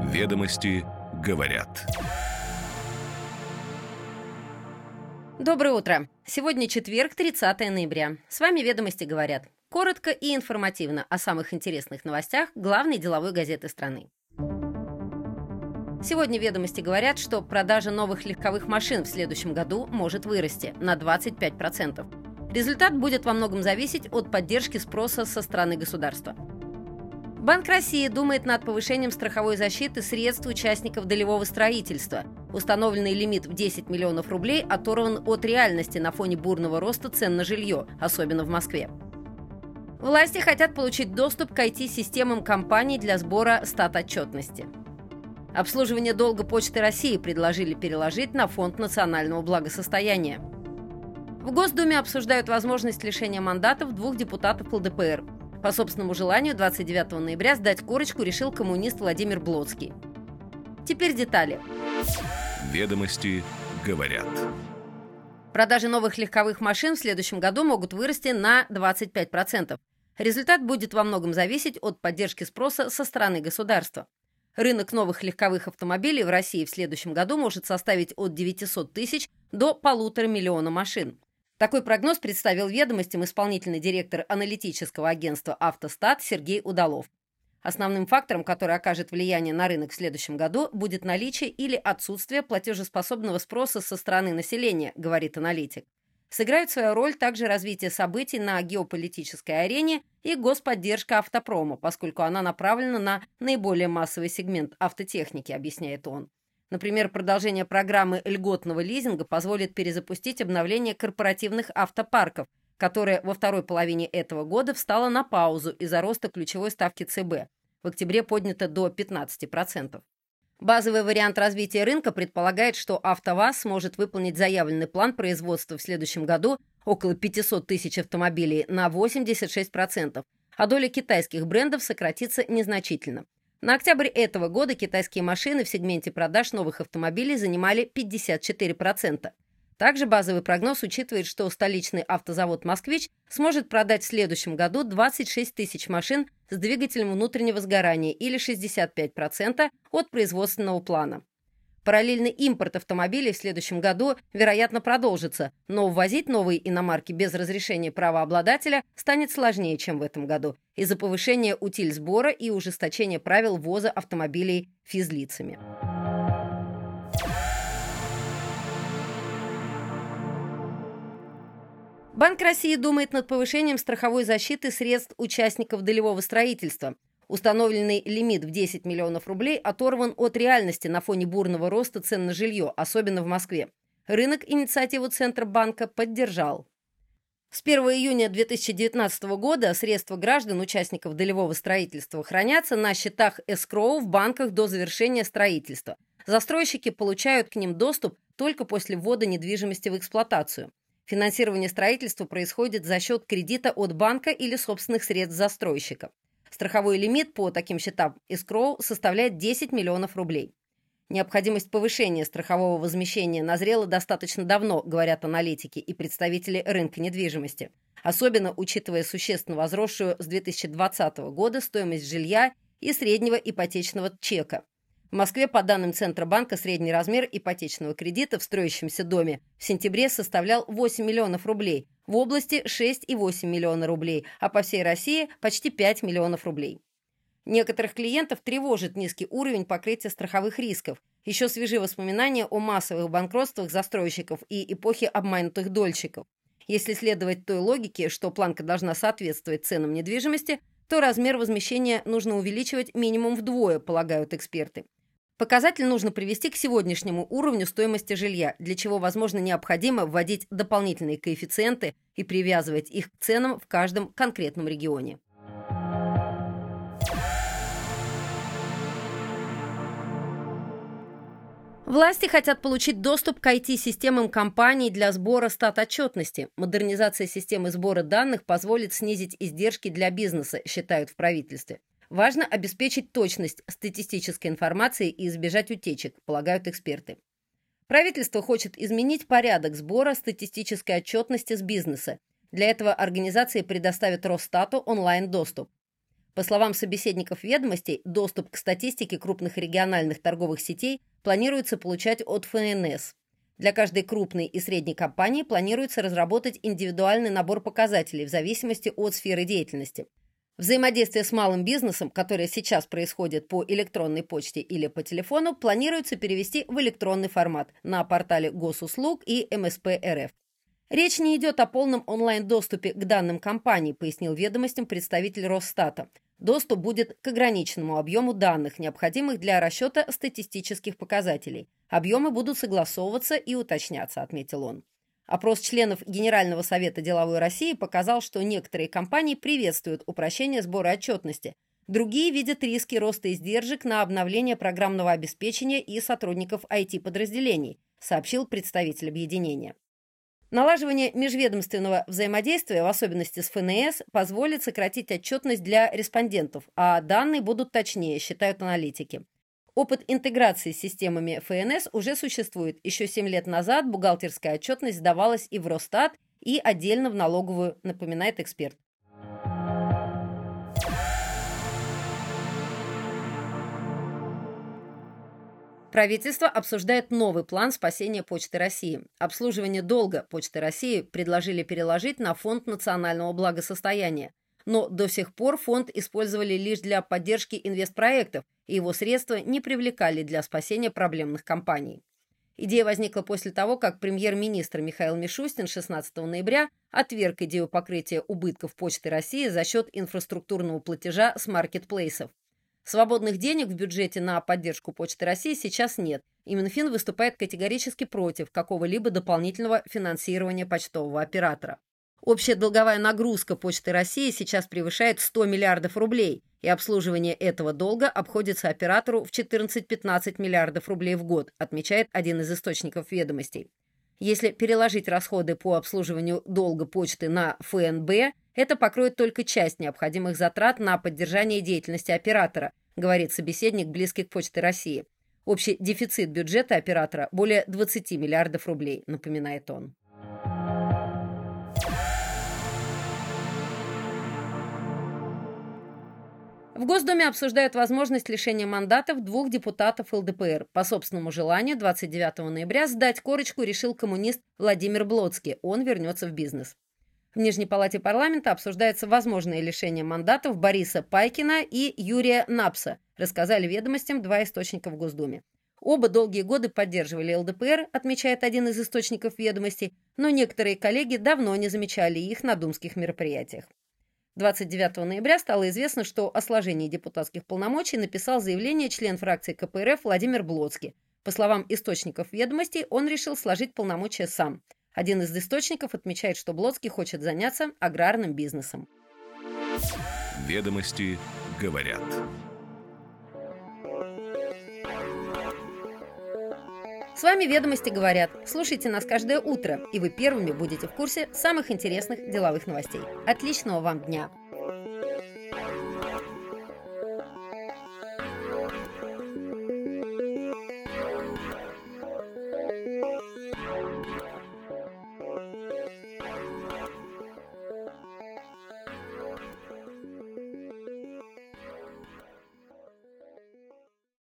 Ведомости говорят. Доброе утро. Сегодня четверг, 30 ноября. С вами «Ведомости говорят». Коротко и информативно о самых интересных новостях главной деловой газеты страны. Сегодня «Ведомости говорят», что продажа новых легковых машин в следующем году может вырасти на 25%. Результат будет во многом зависеть от поддержки спроса со стороны государства. Банк России думает над повышением страховой защиты средств участников долевого строительства. Установленный лимит в 10 миллионов рублей оторван от реальности на фоне бурного роста цен на жилье, особенно в Москве. Власти хотят получить доступ к IT-системам компаний для сбора статотчетности. Обслуживание долга Почты России предложили переложить на Фонд национального благосостояния. В Госдуме обсуждают возможность лишения мандатов двух депутатов ЛДПР. По собственному желанию 29 ноября сдать корочку решил коммунист Владимир Блоцкий. Теперь детали. Ведомости говорят. Продажи новых легковых машин в следующем году могут вырасти на 25%. Результат будет во многом зависеть от поддержки спроса со стороны государства. Рынок новых легковых автомобилей в России в следующем году может составить от 900 тысяч до 1,5 миллиона машин. Такой прогноз представил «Ведомостям» исполнительный директор аналитического агентства «Автостат» Сергей Удалов. Основным фактором, который окажет влияние на рынок в следующем году, будет наличие или отсутствие платежеспособного спроса со стороны населения, говорит аналитик. Сыграют свою роль также развитие событий на геополитической арене и господдержка автопрома, поскольку она направлена на наиболее массовый сегмент автотехники, объясняет он. Например, продолжение программы льготного лизинга позволит перезапустить обновление корпоративных автопарков, которое во второй половине этого года встало на паузу из-за роста ключевой ставки ЦБ. В октябре поднято до 15%. Базовый вариант развития рынка предполагает, что АвтоВАЗ сможет выполнить заявленный план производства в следующем году около 500 тысяч автомобилей на 86%, а доля китайских брендов сократится незначительно. На октябрь этого года китайские машины в сегменте продаж новых автомобилей занимали 54%. Также базовый прогноз учитывает, что столичный автозавод «Москвич» сможет продать в следующем году 26 тысяч машин с двигателем внутреннего сгорания или 65% от производственного плана. Параллельный импорт автомобилей в следующем году, вероятно, продолжится, но ввозить новые иномарки без разрешения правообладателя станет сложнее, чем в этом году, из-за повышения утильсбора и ужесточения правил ввоза автомобилей физлицами. Банк России думает над повышением страховой защиты средств участников долевого строительства. Установленный лимит в 10 миллионов рублей оторван от реальности на фоне бурного роста цен на жилье, особенно в Москве. Рынок инициативу Центробанка поддержал. С 1 июня 2019 года средства граждан, участников долевого строительства, хранятся на счетах эскроу в банках до завершения строительства. Застройщики получают к ним доступ только после ввода недвижимости в эксплуатацию. Финансирование строительства происходит за счет кредита от банка или собственных средств застройщика. Страховой лимит по таким счетам эскроу составляет 10 миллионов рублей. Необходимость повышения страхового возмещения назрела достаточно давно, говорят аналитики и представители рынка недвижимости, особенно учитывая существенно возросшую с 2020 года стоимость жилья и среднего ипотечного чека. В Москве, по данным Центробанка, средний размер ипотечного кредита в строящемся доме в сентябре составлял 8 миллионов рублей, в области 6,8 миллиона рублей, а по всей России почти 5 миллионов рублей. Некоторых клиентов тревожит низкий уровень покрытия страховых рисков. Еще свежи воспоминания о массовых банкротствах застройщиков и эпохе обманутых дольщиков. Если следовать той логике, что планка должна соответствовать ценам недвижимости, то размер возмещения нужно увеличивать минимум вдвое, полагают эксперты. Показатель нужно привести к сегодняшнему уровню стоимости жилья, для чего, возможно, необходимо вводить дополнительные коэффициенты и привязывать их к ценам в каждом конкретном регионе. Власти хотят получить доступ к IT-системам компаний для сбора статотчетности. Модернизация системы сбора данных позволит снизить издержки для бизнеса, считают в правительстве. Важно обеспечить точность статистической информации и избежать утечек, полагают эксперты. Правительство хочет изменить порядок сбора статистической отчетности с бизнеса. Для этого организации предоставят Росстату онлайн-доступ. По словам собеседников «Ведомостей», доступ к статистике крупных региональных торговых сетей планируется получать от ФНС. Для каждой крупной и средней компании планируется разработать индивидуальный набор показателей в зависимости от сферы деятельности. Взаимодействие с малым бизнесом, которое сейчас происходит по электронной почте или по телефону, планируется перевести в электронный формат на портале Госуслуг и МСП РФ. Речь не идет о полном онлайн-доступе к данным компаний, пояснил «Ведомостям» представитель Росстата. Доступ будет к ограниченному объему данных, необходимых для расчета статистических показателей. Объемы будут согласовываться и уточняться, отметил он. Опрос членов Генерального совета деловой России показал, что некоторые компании приветствуют упрощение сбора отчетности. Другие видят риски роста издержек на обновление программного обеспечения и сотрудников IT-подразделений, сообщил представитель объединения. Налаживание межведомственного взаимодействия, в особенности с ФНС, позволит сократить отчетность для респондентов, а данные будут точнее, считают аналитики. Опыт интеграции с системами ФНС уже существует. Еще 7 лет назад бухгалтерская отчетность сдавалась и в Росстат, и отдельно в налоговую, напоминает эксперт. Правительство обсуждает новый план спасения Почты России. Обслуживание долга Почты России предложили переложить на Фонд национального благосостояния. Но до сих пор фонд использовали лишь для поддержки инвестпроектов, и его средства не привлекали для спасения проблемных компаний. Идея возникла после того, как премьер-министр Михаил Мишустин 16 ноября отверг идею покрытия убытков Почты России за счет инфраструктурного платежа с маркетплейсов. Свободных денег в бюджете на поддержку Почты России сейчас нет, и Минфин выступает категорически против какого-либо дополнительного финансирования почтового оператора. Общая долговая нагрузка Почты России сейчас превышает 100 миллиардов рублей, и обслуживание этого долга обходится оператору в 14-15 миллиардов рублей в год, отмечает один из источников «Ведомостей». Если переложить расходы по обслуживанию долга почты на ФНБ, это покроет только часть необходимых затрат на поддержание деятельности оператора, говорит собеседник, близкий к Почте России. Общий дефицит бюджета оператора более 20 миллиардов рублей, напоминает он. В Госдуме обсуждают возможность лишения мандатов 2 депутатов ЛДПР. По собственному желанию 29 ноября сдать корочку решил коммунист Владимир Блоцкий. Он вернется в бизнес. В Нижней палате парламента обсуждается возможное лишение мандатов Бориса Пайкина и Юрия Напса, рассказали «Ведомостям» 2 источника в Госдуме. Оба долгие годы поддерживали ЛДПР, отмечает один из источников «Ведомостей», но некоторые коллеги давно не замечали их на думских мероприятиях. 29 ноября стало известно, что о сложении депутатских полномочий написал заявление член фракции КПРФ Владимир Блоцкий. По словам источников «Ведомостей», он решил сложить полномочия сам. Один из источников отмечает, что Блоцкий хочет заняться аграрным бизнесом. «Ведомости говорят». С вами «Ведомости говорят». Слушайте нас каждое утро, и вы первыми будете в курсе самых интересных деловых новостей. Отличного вам дня!